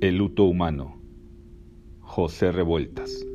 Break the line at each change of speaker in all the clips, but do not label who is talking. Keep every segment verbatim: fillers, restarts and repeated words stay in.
El luto humano. José Revueltas.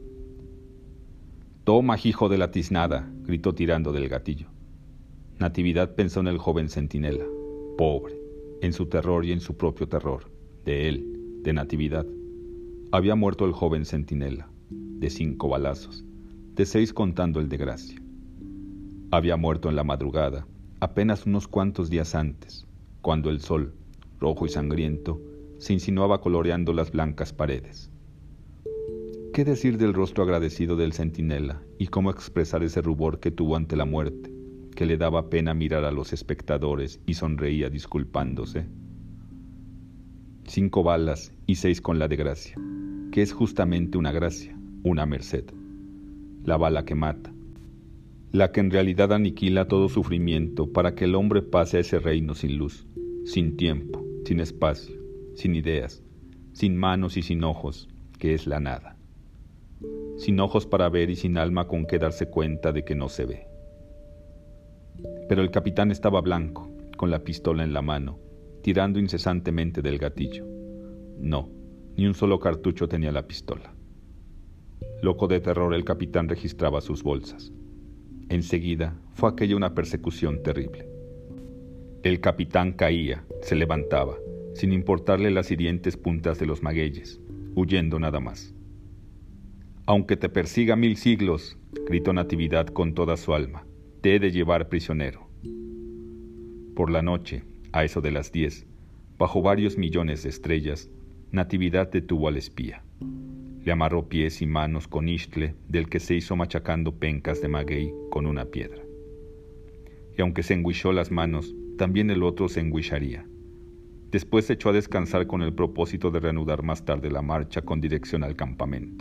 «Toma, hijo de la tiznada», gritó tirando del gatillo. Natividad pensó en el joven centinela, pobre, en su terror y en su propio terror, de él, de Natividad. Había muerto el joven centinela, de cinco balazos, de seis contando el de Gracia. Había muerto en la madrugada, apenas unos cuantos días antes, cuando el sol, rojo y sangriento, se insinuaba coloreando las blancas paredes. ¿Qué decir del rostro agradecido del centinela y cómo expresar ese rubor que tuvo ante la muerte, que le daba pena mirar a los espectadores y sonreía disculpándose? Cinco balas y seis con la de Gracia, que es justamente una gracia, una merced. La bala que mata, la que en realidad aniquila todo sufrimiento para que el hombre pase a ese reino sin luz, sin tiempo, sin espacio, sin ideas, sin manos y sin ojos, que es la nada. Sin ojos para ver y sin alma con que darse cuenta de que no se ve. Pero el capitán estaba blanco, con la pistola en la mano, tirando incesantemente del gatillo. No, ni un solo cartucho tenía la pistola. Loco de terror, el capitán registraba sus bolsas. Enseguida fue aquella una persecución terrible. El capitán caía, se levantaba, sin importarle las hirientes puntas de los magueyes, huyendo nada más. «Aunque te persiga mil siglos», gritó Natividad con toda su alma, «te he de llevar prisionero». Por la noche, a eso de las diez, bajo varios millones de estrellas, Natividad detuvo al espía. Le amarró pies y manos con istle del que se hizo machacando pencas de maguey con una piedra. Y aunque se enguixó las manos, también el otro se enguixaría. Después se echó a descansar con el propósito de reanudar más tarde la marcha con dirección al campamento.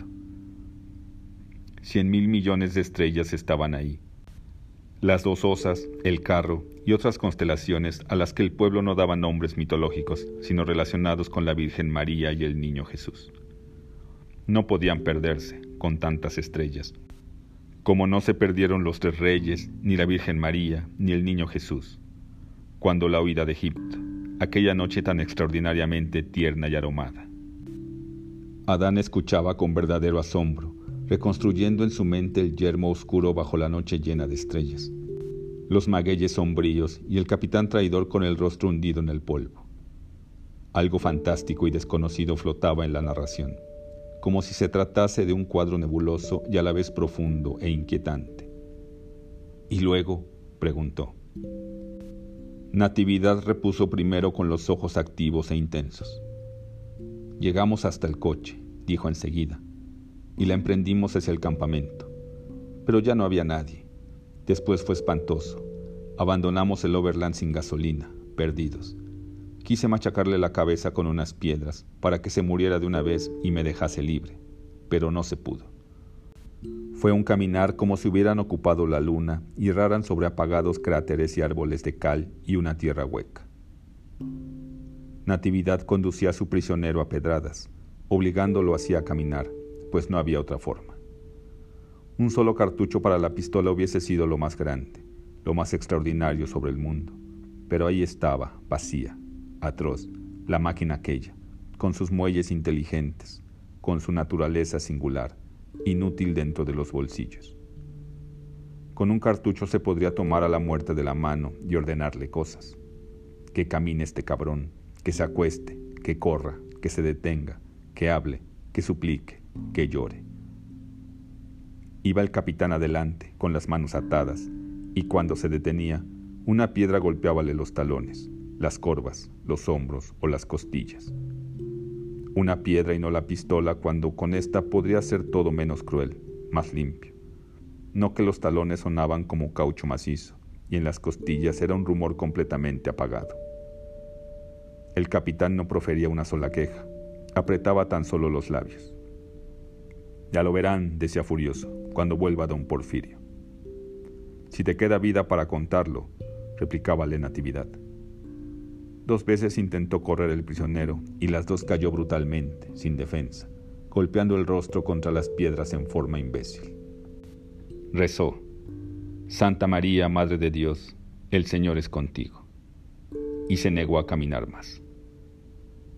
Cien mil millones de estrellas estaban ahí. Las dos osas, el carro y otras constelaciones a las que el pueblo no daba nombres mitológicos, sino relacionados con la Virgen María y el Niño Jesús. No podían perderse con tantas estrellas, como no se perdieron los tres reyes, ni la Virgen María, ni el Niño Jesús, cuando la huida de Egipto, aquella noche tan extraordinariamente tierna y aromada. Adán escuchaba con verdadero asombro, reconstruyendo en su mente el yermo oscuro bajo la noche llena de estrellas, los magueyes sombríos y el capitán traidor con el rostro hundido en el polvo. Algo fantástico y desconocido flotaba en la narración, como si se tratase de un cuadro nebuloso y a la vez profundo e inquietante. «¿Y luego?», preguntó. Natividad repuso primero con los ojos activos e intensos. «Llegamos hasta el coche», dijo enseguida, «y la emprendimos hacia el campamento. Pero ya no había nadie. Después fue espantoso. Abandonamos el Overland sin gasolina, perdidos. Quise machacarle la cabeza con unas piedras para que se muriera de una vez y me dejase libre, pero no se pudo. Fue un caminar como si hubieran ocupado la luna y erraran sobre apagados cráteres y árboles de cal y una tierra hueca. Natividad conducía a su prisionero a pedradas, obligándolo así a caminar, pues no había otra forma. Un solo cartucho para la pistola hubiese sido lo más grande, lo más extraordinario sobre el mundo, pero ahí estaba, vacía, atroz, la máquina aquella, con sus muelles inteligentes, con su naturaleza singular, inútil dentro de los bolsillos. Con un cartucho se podría tomar a la muerte de la mano y ordenarle cosas. Que camine este cabrón, que se acueste, que corra, que se detenga, que hable, que suplique, que llore. Iba el capitán adelante, con las manos atadas, y cuando se detenía, una piedra golpeábale los talones, las corvas, los hombros o las costillas. Una piedra y no la pistola, cuando con esta podría ser todo menos cruel, más limpio. No que los talones sonaban como caucho macizo, y en las costillas era un rumor completamente apagado. El capitán no profería una sola queja, apretaba tan solo los labios. «Ya lo verán», decía furioso, «cuando vuelva don Porfirio». «Si te queda vida para contarlo», replicábale Natividad. Dos veces intentó correr el prisionero y las dos cayó brutalmente, sin defensa, golpeando el rostro contra las piedras en forma imbécil. Rezó: «Santa María, Madre de Dios, el Señor es contigo», y se negó a caminar más.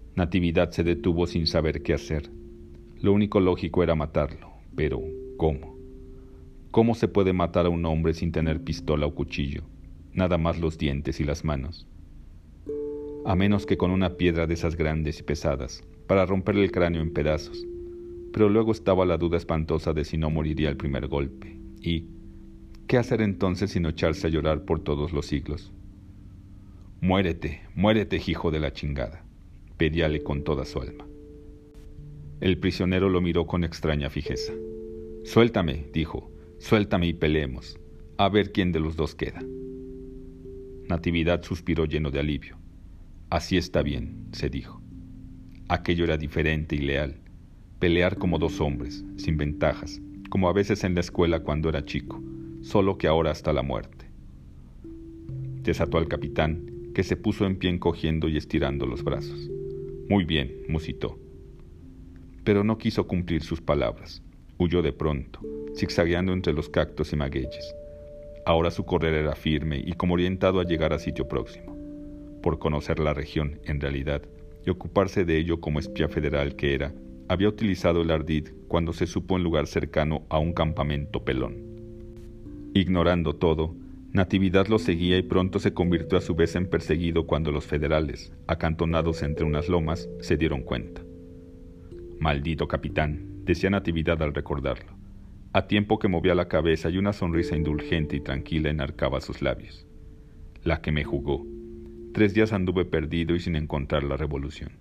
Natividad se detuvo sin saber qué hacer. Lo único lógico era matarlo, pero ¿cómo? ¿Cómo se puede matar a un hombre sin tener pistola o cuchillo? Nada más los dientes y las manos. A menos que con una piedra de esas grandes y pesadas, para romperle el cráneo en pedazos. Pero luego estaba la duda espantosa de si no moriría el primer golpe. Y, ¿qué hacer entonces sino echarse a llorar por todos los siglos? «Muérete, muérete, hijo de la chingada», pedíale con toda su alma. El prisionero lo miró con extraña fijeza. «Suéltame», dijo, «suéltame y peleemos, a ver quién de los dos queda». Natividad suspiró lleno de alivio. «Así está bien», se dijo. Aquello era diferente y leal. Pelear como dos hombres, sin ventajas, como a veces en la escuela cuando era chico, solo que ahora hasta la muerte. Desató al capitán, que se puso en pie encogiendo y estirando los brazos. «Muy bien», musitó. Pero no quiso cumplir sus palabras. Huyó de pronto, zigzagueando entre los cactos y magueyes. Ahora su correr era firme y como orientado a llegar a sitio próximo. Por conocer la región, en realidad, y ocuparse de ello como espía federal que era, había utilizado el ardid cuando se supo en lugar cercano a un campamento pelón. Ignorando todo, Natividad lo seguía y pronto se convirtió a su vez en perseguido cuando los federales, acantonados entre unas lomas, se dieron cuenta. «Maldito capitán», decía Natividad al recordarlo, a tiempo que movía la cabeza y una sonrisa indulgente y tranquila enarcaba sus labios. «La que me jugó. Tres días anduve perdido y sin encontrar la revolución».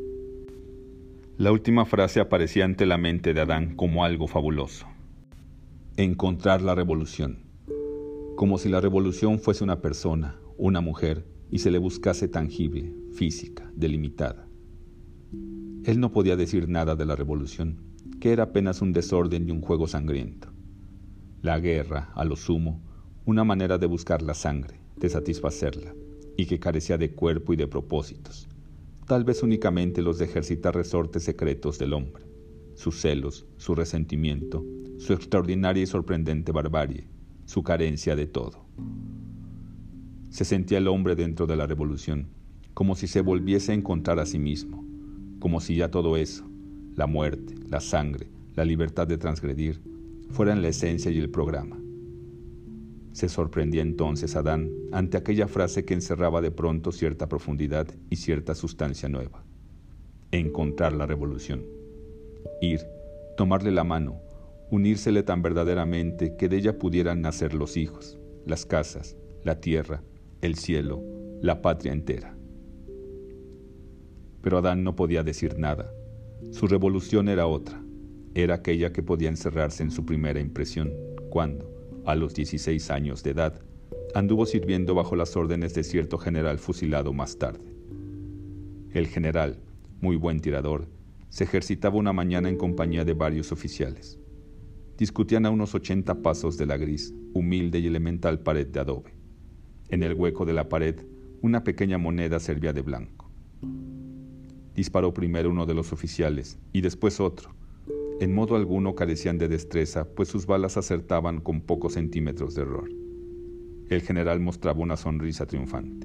La última frase aparecía ante la mente de Adán como algo fabuloso. Encontrar la revolución. Como si la revolución fuese una persona, una mujer, y se le buscase tangible, física, delimitada. Él no podía decir nada de la revolución, que era apenas un desorden y un juego sangriento. La guerra, a lo sumo, una manera de buscar la sangre, de satisfacerla, y que carecía de cuerpo y de propósitos, tal vez únicamente los de ejercitar resortes secretos del hombre, sus celos, su resentimiento, su extraordinaria y sorprendente barbarie, su carencia de todo. Se sentía el hombre dentro de la revolución, como si se volviese a encontrar a sí mismo, como si ya todo eso, la muerte, la sangre, la libertad de transgredir, fueran la esencia y el programa. Se sorprendía entonces Adán ante aquella frase que encerraba de pronto cierta profundidad y cierta sustancia nueva. Encontrar la revolución. Ir, tomarle la mano, unírsele tan verdaderamente que de ella pudieran nacer los hijos, las casas, la tierra, el cielo, la patria entera. Pero Adán no podía decir nada. Su revolución era otra. Era aquella que podía encerrarse en su primera impresión, cuando, a los dieciséis años de edad, anduvo sirviendo bajo las órdenes de cierto general fusilado más tarde. El general, muy buen tirador, se ejercitaba una mañana en compañía de varios oficiales. Discutían a unos ochenta pasos de la gris, humilde y elemental pared de adobe. En el hueco de la pared, una pequeña moneda servía de blanco. Disparó primero uno de los oficiales y después otro. En modo alguno carecían de destreza, pues sus balas acertaban con pocos centímetros de error. El general mostraba una sonrisa triunfante.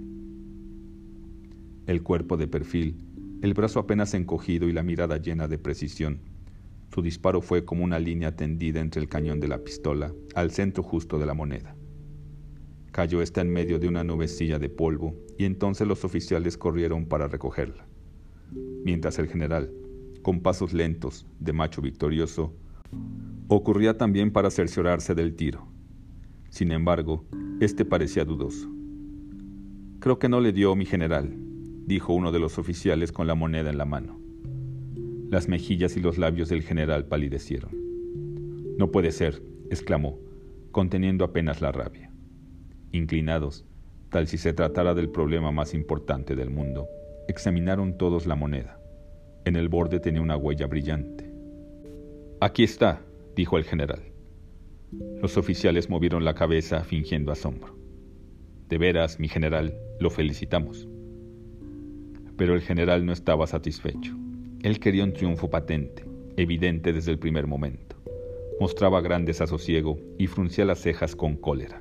El cuerpo de perfil, el brazo apenas encogido y la mirada llena de precisión. Su disparo fue como una línea tendida entre el cañón de la pistola al centro justo de la moneda. Cayó esta en medio de una nubecilla de polvo y entonces los oficiales corrieron para recogerla. Mientras el general, con pasos lentos, de macho victorioso, ocurría también para cerciorarse del tiro. Sin embargo, este parecía dudoso. «Creo que no le dio, mi general», dijo uno de los oficiales con la moneda en la mano. Las mejillas y los labios del general palidecieron. «No puede ser», exclamó, conteniendo apenas la rabia. Inclinados, tal si se tratara del problema más importante del mundo, examinaron todos la moneda. En el borde tenía una huella brillante. «Aquí está», dijo el general. Los oficiales movieron la cabeza fingiendo asombro. «De veras, mi general, lo felicitamos». Pero el general no estaba satisfecho. Él quería un triunfo patente, evidente desde el primer momento. Mostraba gran desasosiego y fruncía las cejas con cólera.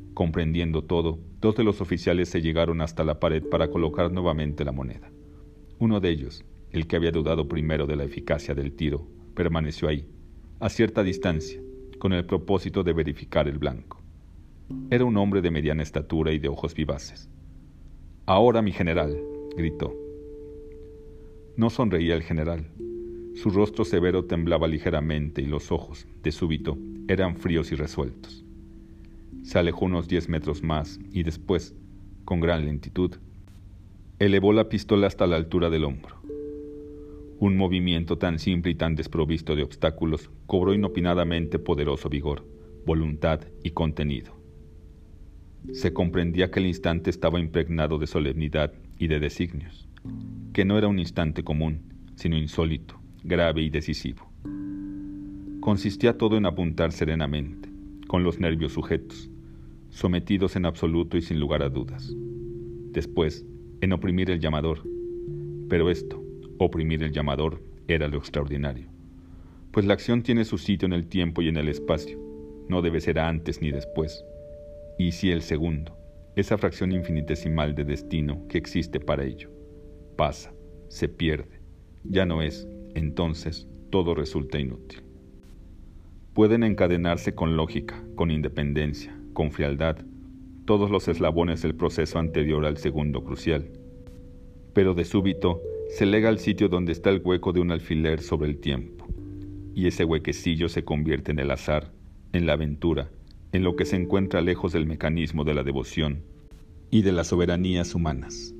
Comprendiendo todo, dos de los oficiales se llegaron hasta la pared para colocar nuevamente la moneda. Uno de ellos, el que había dudado primero de la eficacia del tiro, permaneció ahí, a cierta distancia, con el propósito de verificar el blanco. Era un hombre de mediana estatura y de ojos vivaces. «Ahora, mi general», gritó. No sonreía el general. Su rostro severo temblaba ligeramente y los ojos, de súbito, eran fríos y resueltos. Se alejó unos diez metros más y después, con gran lentitud, elevó la pistola hasta la altura del hombro. Un movimiento tan simple y tan desprovisto de obstáculos cobró inopinadamente poderoso vigor, voluntad y contenido. Se comprendía que el instante estaba impregnado de solemnidad y de designios, que no era un instante común, sino insólito, grave y decisivo. Consistía todo en apuntar serenamente, con los nervios sujetos, sometidos en absoluto y sin lugar a dudas. Después, en oprimir el llamador. Pero esto, oprimir el llamador, era lo extraordinario, pues la acción tiene su sitio en el tiempo y en el espacio, no debe ser antes ni después. Y si el segundo, esa fracción infinitesimal de destino que existe para ello, pasa, se pierde, ya no es, entonces todo resulta inútil. Pueden encadenarse con lógica, con independencia, con frialdad, todos los eslabones del proceso anterior al segundo crucial, pero de súbito se lega al sitio donde está el hueco de un alfiler sobre el tiempo, y ese huequecillo se convierte en el azar, en la aventura, en lo que se encuentra lejos del mecanismo de la devoción y de las soberanías humanas.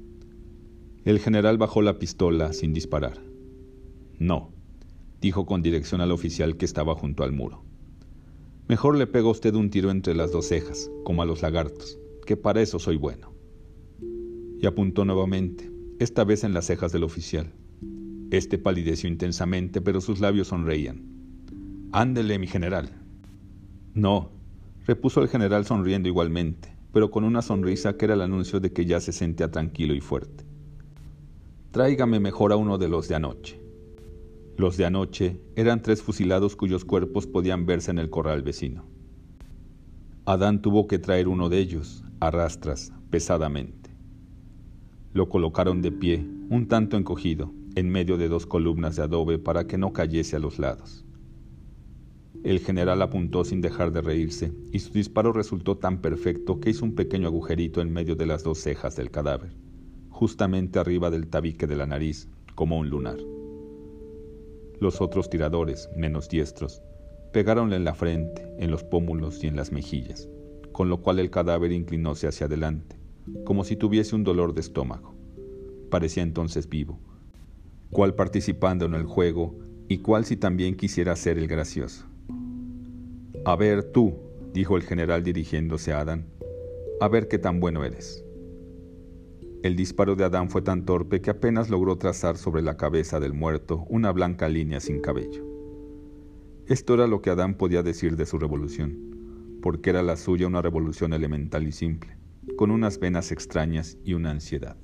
El general bajó la pistola sin disparar. «No», dijo con dirección al oficial que estaba junto al muro. «Mejor le pega a usted un tiro entre las dos cejas, como a los lagartos, que para eso soy bueno». Y apuntó nuevamente, esta vez en las cejas del oficial. Este palideció intensamente, pero sus labios sonreían. «Ándele, mi general». «No», repuso el general sonriendo igualmente, pero con una sonrisa que era el anuncio de que ya se sentía tranquilo y fuerte. «Tráigame mejor a uno de los de anoche». Los de anoche eran tres fusilados cuyos cuerpos podían verse en el corral vecino. Adán tuvo que traer uno de ellos, a rastras, pesadamente. Lo colocaron de pie, un tanto encogido, en medio de dos columnas de adobe para que no cayese a los lados. El general apuntó sin dejar de reírse, y su disparo resultó tan perfecto que hizo un pequeño agujerito en medio de las dos cejas del cadáver, justamente arriba del tabique de la nariz, como un lunar. Los otros tiradores, menos diestros, pegáronle en la frente, en los pómulos y en las mejillas, con lo cual el cadáver inclinóse hacia adelante, como si tuviese un dolor de estómago. Parecía entonces vivo, cual participando en el juego y cual si también quisiera ser el gracioso. «A ver tú», dijo el general dirigiéndose a Adán, «a ver qué tan bueno eres». El disparo de Adán fue tan torpe que apenas logró trazar sobre la cabeza del muerto una blanca línea sin cabello. Esto era lo que Adán podía decir de su revolución, porque era la suya una revolución elemental y simple, con unas venas extrañas y una ansiedad.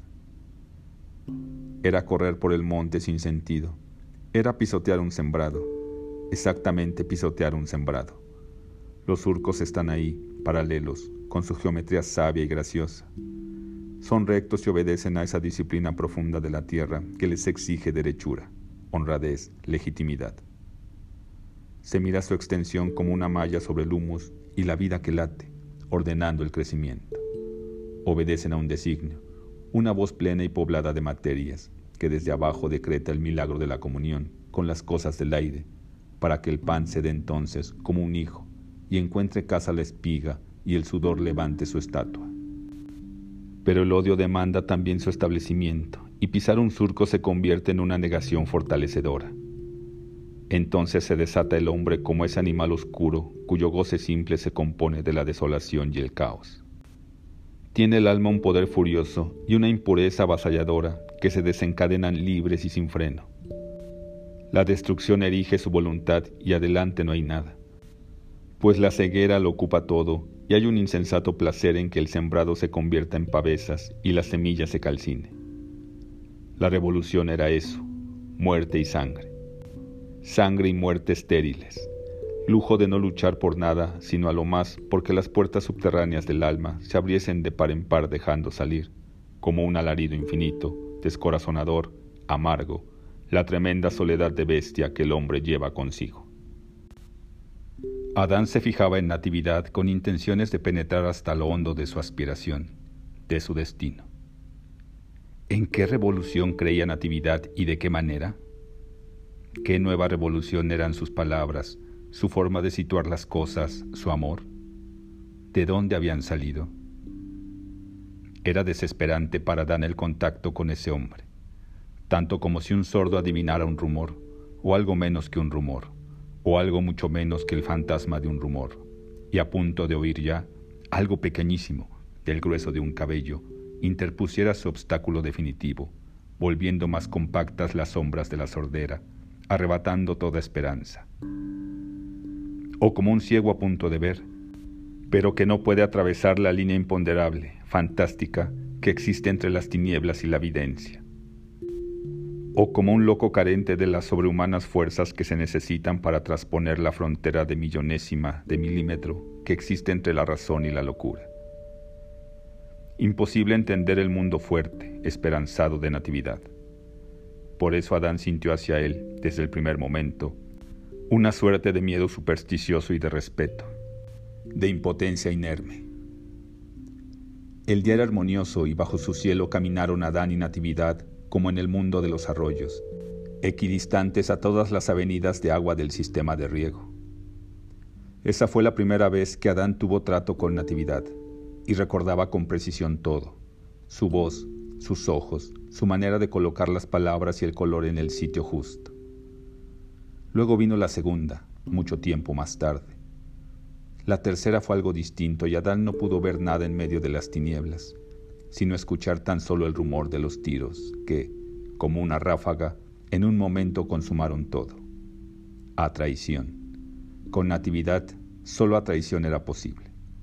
Era correr por el monte sin sentido, era pisotear un sembrado, exactamente pisotear un sembrado. Los surcos están ahí, paralelos, con su geometría sabia y graciosa. Son rectos y obedecen a esa disciplina profunda de la tierra que les exige derechura, honradez, legitimidad. Se mira su extensión como una malla sobre el humus y la vida que late, ordenando el crecimiento. Obedecen a un designio, una voz plena y poblada de materias, que desde abajo decreta el milagro de la comunión con las cosas del aire, para que el pan se dé entonces como un hijo y encuentre casa la espiga y el sudor levante su estatua. Pero el odio demanda también su establecimiento, y pisar un surco se convierte en una negación fortalecedora. Entonces se desata el hombre como ese animal oscuro, cuyo goce simple se compone de la desolación y el caos. Tiene el alma un poder furioso y una impureza avasalladora que se desencadenan libres y sin freno. La destrucción erige su voluntad y adelante no hay nada, pues la ceguera lo ocupa todo y hay un insensato placer en que el sembrado se convierta en pavesas y la semilla se calcine. La revolución era eso, muerte y sangre. Sangre y muerte estériles, lujo de no luchar por nada, sino a lo más porque las puertas subterráneas del alma se abriesen de par en par dejando salir, como un alarido infinito, descorazonador, amargo, la tremenda soledad de bestia que el hombre lleva consigo. Adán se fijaba en Natividad con intenciones de penetrar hasta lo hondo de su aspiración, de su destino. ¿En qué revolución creía Natividad y de qué manera? ¿Qué nueva revolución eran sus palabras, su forma de situar las cosas, su amor? ¿De dónde habían salido? Era desesperante para Adán el contacto con ese hombre, tanto como si un sordo adivinara un rumor, o algo menos que un rumor, o algo mucho menos que el fantasma de un rumor, y a punto de oír ya algo pequeñísimo, del grueso de un cabello, interpusiera su obstáculo definitivo, volviendo más compactas las sombras de la sordera, arrebatando toda esperanza. O como un ciego a punto de ver, pero que no puede atravesar la línea imponderable, fantástica, que existe entre las tinieblas y la evidencia. O como un loco carente de las sobrehumanas fuerzas que se necesitan para trasponer la frontera de millonésima de milímetro que existe entre la razón y la locura. Imposible entender el mundo fuerte, esperanzado de Natividad. Por eso Adán sintió hacia él, desde el primer momento, una suerte de miedo supersticioso y de respeto, de impotencia inerme. El día era armonioso y bajo su cielo caminaron Adán y Natividad como en el mundo de los arroyos, equidistantes a todas las avenidas de agua del sistema de riego. Esa fue la primera vez que Adán tuvo trato con Natividad, y recordaba con precisión todo, su voz, sus ojos, su manera de colocar las palabras y el color en el sitio justo. Luego vino la segunda, mucho tiempo más tarde. La tercera fue algo distinto y Adán no pudo ver nada en medio de las tinieblas, sino escuchar tan solo el rumor de los tiros que, como una ráfaga, en un momento consumaron todo. A traición. Con Natividad, solo a traición era posible.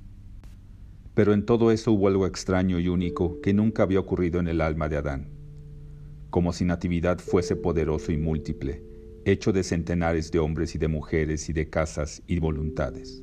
Pero en todo eso hubo algo extraño y único que nunca había ocurrido en el alma de Adán. Como si Natividad fuese poderoso y múltiple, hecho de centenares de hombres y de mujeres y de casas y voluntades.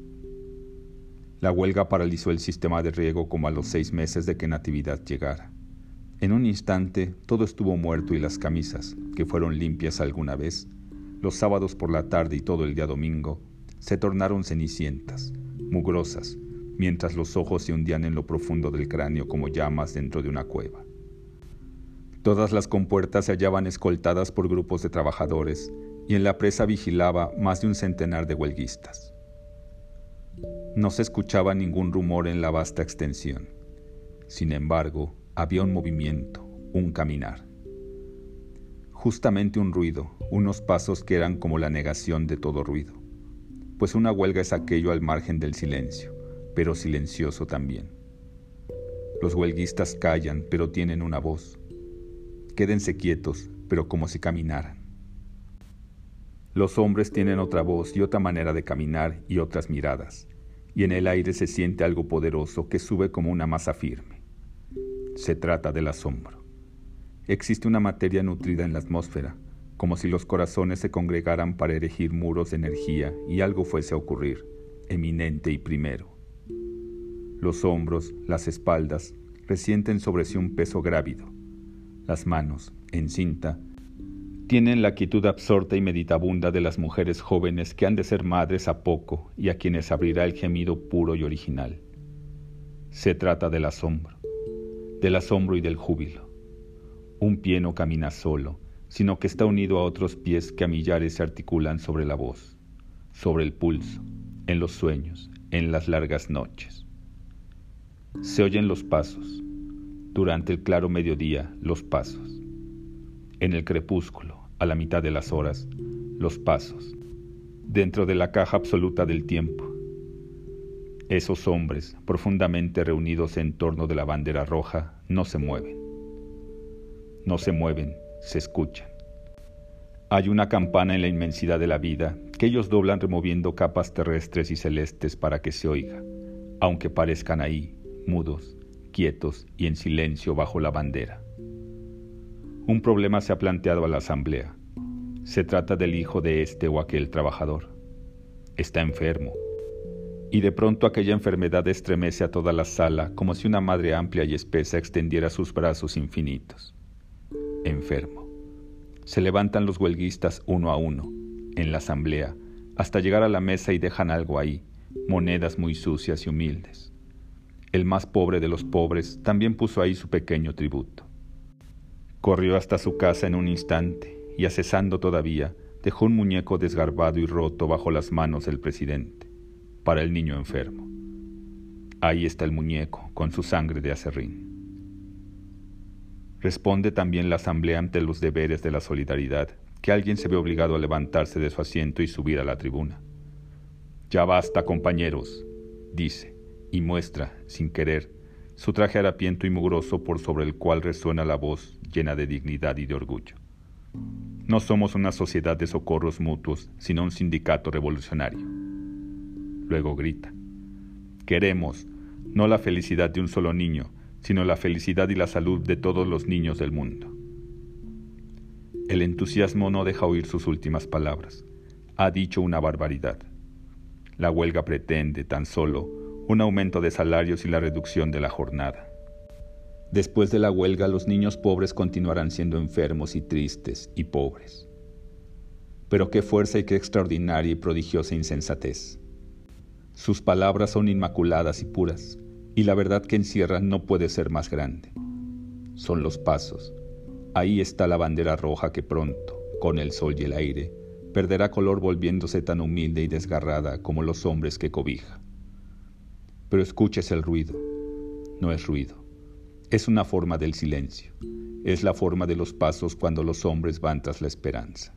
La huelga paralizó el sistema de riego como a los seis meses de que Natividad llegara. En un instante todo estuvo muerto y las camisas, que fueron limpias alguna vez, los sábados por la tarde y todo el día domingo, se tornaron cenicientas, mugrosas, mientras los ojos se hundían en lo profundo del cráneo como llamas dentro de una cueva. Todas las compuertas se hallaban escoltadas por grupos de trabajadores y en la presa vigilaba más de un centenar de huelguistas. No se escuchaba ningún rumor en la vasta extensión. Sin embargo, había un movimiento, un caminar. Justamente un ruido, unos pasos que eran como la negación de todo ruido, pues una huelga es aquello al margen del silencio, pero silencioso también. Los huelguistas callan, pero tienen una voz. Quédense quietos, pero como si caminaran. Los hombres tienen otra voz y otra manera de caminar y otras miradas, y en el aire se siente algo poderoso que sube como una masa firme. Se trata del asombro. Existe una materia nutrida en la atmósfera, como si los corazones se congregaran para erigir muros de energía y algo fuese a ocurrir, eminente y primero. Los hombros, las espaldas, resienten sobre sí un peso grávido. Las manos, en cinta, tienen la quietud absorta y meditabunda de las mujeres jóvenes que han de ser madres a poco y a quienes abrirá el gemido puro y original. Se trata del asombro, del asombro y del júbilo. Un pie no camina solo, sino que está unido a otros pies que a millares se articulan sobre la voz, sobre el pulso, en los sueños, en las largas noches. Se oyen los pasos, durante el claro mediodía, los pasos. En el crepúsculo, a la mitad de las horas, los pasos, dentro de la caja absoluta del tiempo. Esos hombres, profundamente reunidos en torno de la bandera roja, no se mueven. No se mueven, se escuchan. Hay una campana en la inmensidad de la vida que ellos doblan removiendo capas terrestres y celestes para que se oiga, aunque parezcan ahí, mudos, quietos y en silencio bajo la bandera. Un problema se ha planteado a la asamblea. Se trata del hijo de este o aquel trabajador. Está enfermo. Y de pronto aquella enfermedad estremece a toda la sala como si una madre amplia y espesa extendiera sus brazos infinitos. enfermo. Se levantan los huelguistas uno a uno, en la asamblea, hasta llegar a la mesa y dejan algo ahí, monedas muy sucias y humildes. El más pobre de los pobres también puso ahí su pequeño tributo. Corrió hasta su casa en un instante y, acesando todavía, dejó un muñeco desgarbado y roto bajo las manos del presidente, para el niño enfermo. Ahí está el muñeco, con su sangre de aserrín. Responde también la asamblea ante los deberes de la solidaridad, que alguien se ve obligado a levantarse de su asiento y subir a la tribuna. «Ya basta, compañeros», dice, y muestra, sin querer, su traje harapiento y mugroso por sobre el cual resuena la voz llena de dignidad y de orgullo. No somos una sociedad de socorros mutuos, sino un sindicato revolucionario. Luego grita: queremos, no la felicidad de un solo niño, sino la felicidad y la salud de todos los niños del mundo. El entusiasmo no deja oír sus últimas palabras. Ha dicho una barbaridad. La huelga pretende, tan solo, un aumento de salarios y la reducción de la jornada. Después de la huelga, los niños pobres continuarán siendo enfermos y tristes y pobres. Pero qué fuerza y qué extraordinaria y prodigiosa insensatez. Sus palabras son inmaculadas y puras, y la verdad que encierran no puede ser más grande. Son los pasos. Ahí está la bandera roja que pronto, con el sol y el aire, perderá color volviéndose tan humilde y desgarrada como los hombres que cobija. Pero escúchese el ruido. No es ruido. Es una forma del silencio. Es la forma de los pasos cuando los hombres van tras la esperanza.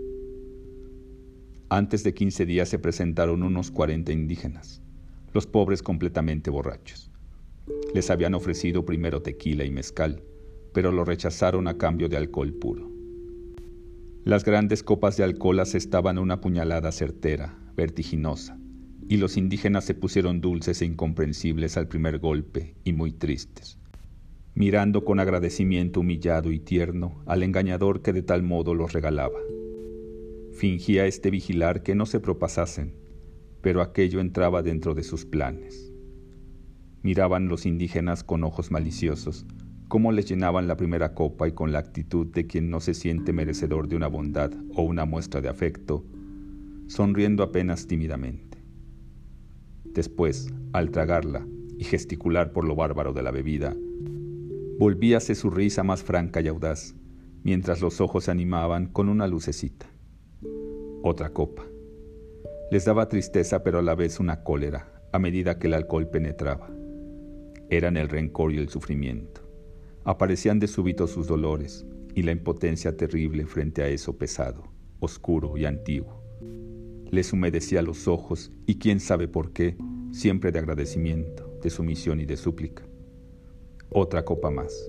Antes de quince días se presentaron unos cuarenta indígenas, los pobres completamente borrachos. Les habían ofrecido primero tequila y mezcal, pero lo rechazaron a cambio de alcohol puro. Las grandes copas de alcohol asestaban una puñalada certera, vertiginosa, y los indígenas se pusieron dulces e incomprensibles al primer golpe y muy tristes, mirando con agradecimiento humillado y tierno al engañador que de tal modo los regalaba. Fingía este vigilar que no se propasasen, pero aquello entraba dentro de sus planes. Miraban los indígenas con ojos maliciosos cómo les llenaban la primera copa y con la actitud de quien no se siente merecedor de una bondad o una muestra de afecto, sonriendo apenas tímidamente. Después, al tragarla y gesticular por lo bárbaro de la bebida, volvíase su risa más franca y audaz, mientras los ojos se animaban con una lucecita. Otra copa. Les daba tristeza, pero a la vez una cólera, a medida que el alcohol penetraba. Eran el rencor y el sufrimiento. Aparecían de súbito sus dolores y la impotencia terrible frente a eso pesado, oscuro y antiguo. Les humedecía los ojos y quién sabe por qué, siempre de agradecimiento, de sumisión y de súplica. Otra copa más.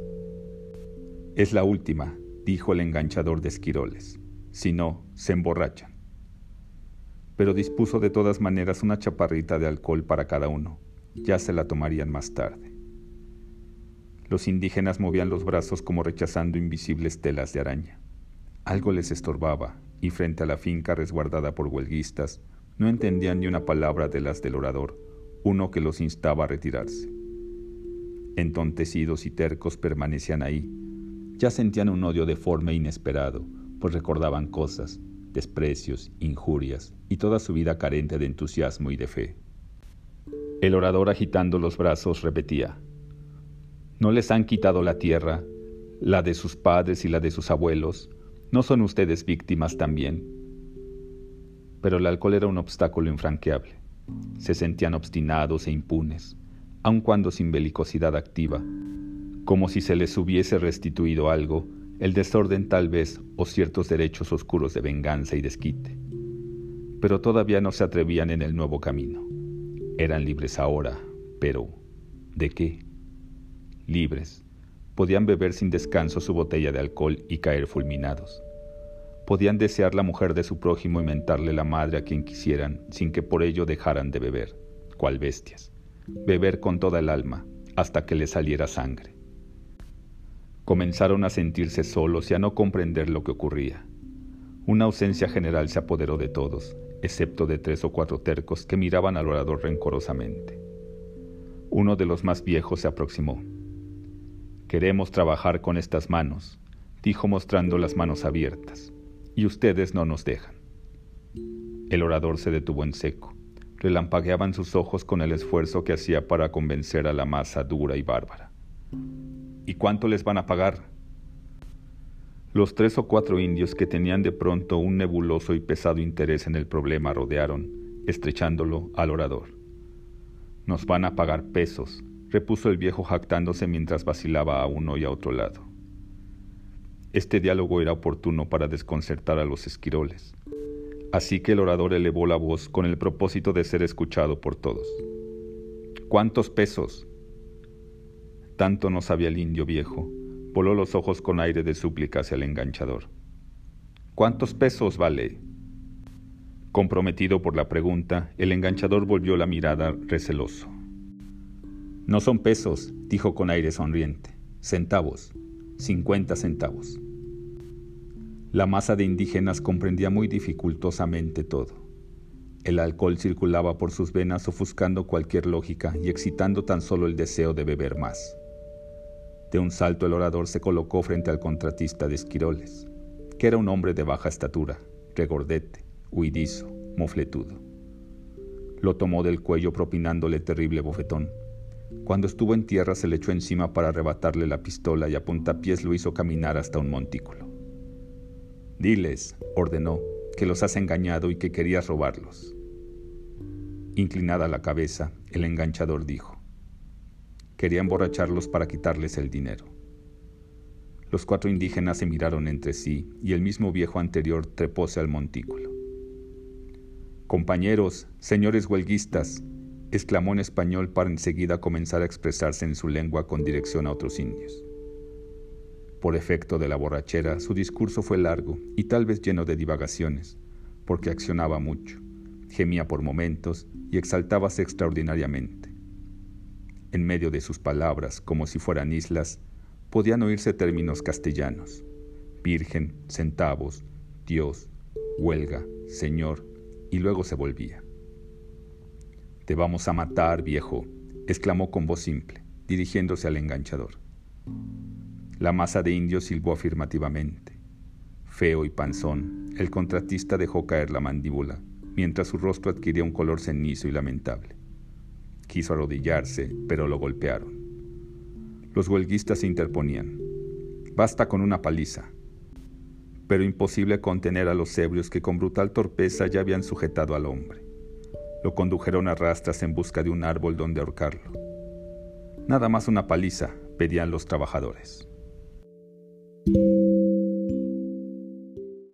Es la última, dijo el enganchador de esquiroles. Si no, se emborrachan. Pero dispuso de todas maneras una chaparrita de alcohol para cada uno. Ya se la tomarían más tarde. Los indígenas movían los brazos como rechazando invisibles telas de araña. Algo les estorbaba, y frente a la finca resguardada por huelguistas, no entendían ni una palabra de las del orador, uno que los instaba a retirarse. Entontecidos y tercos permanecían ahí. Ya sentían un odio deforme e inesperado, pues recordaban cosas, desprecios, injurias, y toda su vida carente de entusiasmo y de fe. El orador, agitando los brazos, repetía: «¿No les han quitado la tierra, la de sus padres y la de sus abuelos? ¿No son ustedes víctimas también?» Pero el alcohol era un obstáculo infranqueable. Se sentían obstinados e impunes, aun cuando sin belicosidad activa, como si se les hubiese restituido algo, el desorden tal vez, o ciertos derechos oscuros de venganza y desquite. Pero todavía no se atrevían en el nuevo camino. Eran libres ahora, pero ¿de qué? Libres. Podían beber sin descanso su botella de alcohol y caer fulminados. Podían desear la mujer de su prójimo y mentarle la madre a quien quisieran, sin que por ello dejaran de beber, cual bestias. Beber con toda el alma, hasta que les saliera sangre. Comenzaron a sentirse solos y a no comprender lo que ocurría. Una ausencia general se apoderó de todos, excepto de tres o cuatro tercos que miraban al orador rencorosamente. Uno de los más viejos se aproximó. «Queremos trabajar con estas manos», dijo mostrando las manos abiertas, y ustedes no nos dejan. El orador se detuvo en seco. Relampagueaban sus ojos con el esfuerzo que hacía para convencer a la masa dura y bárbara. ¿Y cuánto les van a pagar? Los tres o cuatro indios que tenían de pronto un nebuloso y pesado interés en el problema rodearon, estrechándolo al orador. Nos van a pagar pesos, repuso el viejo jactándose mientras vacilaba a uno y a otro lado. Este diálogo era oportuno para desconcertar a los esquiroles, así que el orador elevó la voz con el propósito de ser escuchado por todos. ¿Cuántos pesos? Tanto no sabía el indio viejo, voló los ojos con aire de súplica hacia el enganchador. ¿Cuántos pesos vale? Comprometido por la pregunta, el enganchador volvió la mirada receloso. No son pesos, dijo con aire sonriente. Centavos, cincuenta centavos. La masa de indígenas comprendía muy dificultosamente todo. El alcohol circulaba por sus venas ofuscando cualquier lógica y excitando tan solo el deseo de beber más. De un salto el orador se colocó frente al contratista de esquiroles, que era un hombre de baja estatura, regordete, huidizo, mofletudo. Lo tomó del cuello propinándole terrible bofetón. Cuando estuvo en tierra se le echó encima para arrebatarle la pistola y a puntapiés lo hizo caminar hasta un montículo. «Diles», ordenó, «que los has engañado y que querías robarlos». Inclinada la cabeza, el enganchador dijo: «Quería emborracharlos para quitarles el dinero». Los cuatro indígenas se miraron entre sí y el mismo viejo anterior trepóse al montículo. «Compañeros, señores huelguistas», exclamó en español para enseguida comenzar a expresarse en su lengua con dirección a otros indios. Por efecto de la borrachera, su discurso fue largo y tal vez lleno de divagaciones, porque accionaba mucho, gemía por momentos y exaltábase extraordinariamente. En medio de sus palabras, como si fueran islas, podían oírse términos castellanos: virgen, centavos, Dios, huelga, señor, y luego se volvía. «Te vamos a matar, viejo», exclamó con voz simple, dirigiéndose al enganchador. La masa de indios silbó afirmativamente. Feo y panzón, el contratista dejó caer la mandíbula, mientras su rostro adquiría un color cenizo y lamentable. Quiso arrodillarse, pero lo golpearon. Los huelguistas se interponían. «Basta con una paliza». Pero imposible contener a los ebrios que con brutal torpeza ya habían sujetado al hombre. Lo condujeron a rastras en busca de un árbol donde ahorcarlo. «Nada más una paliza», pedían los trabajadores.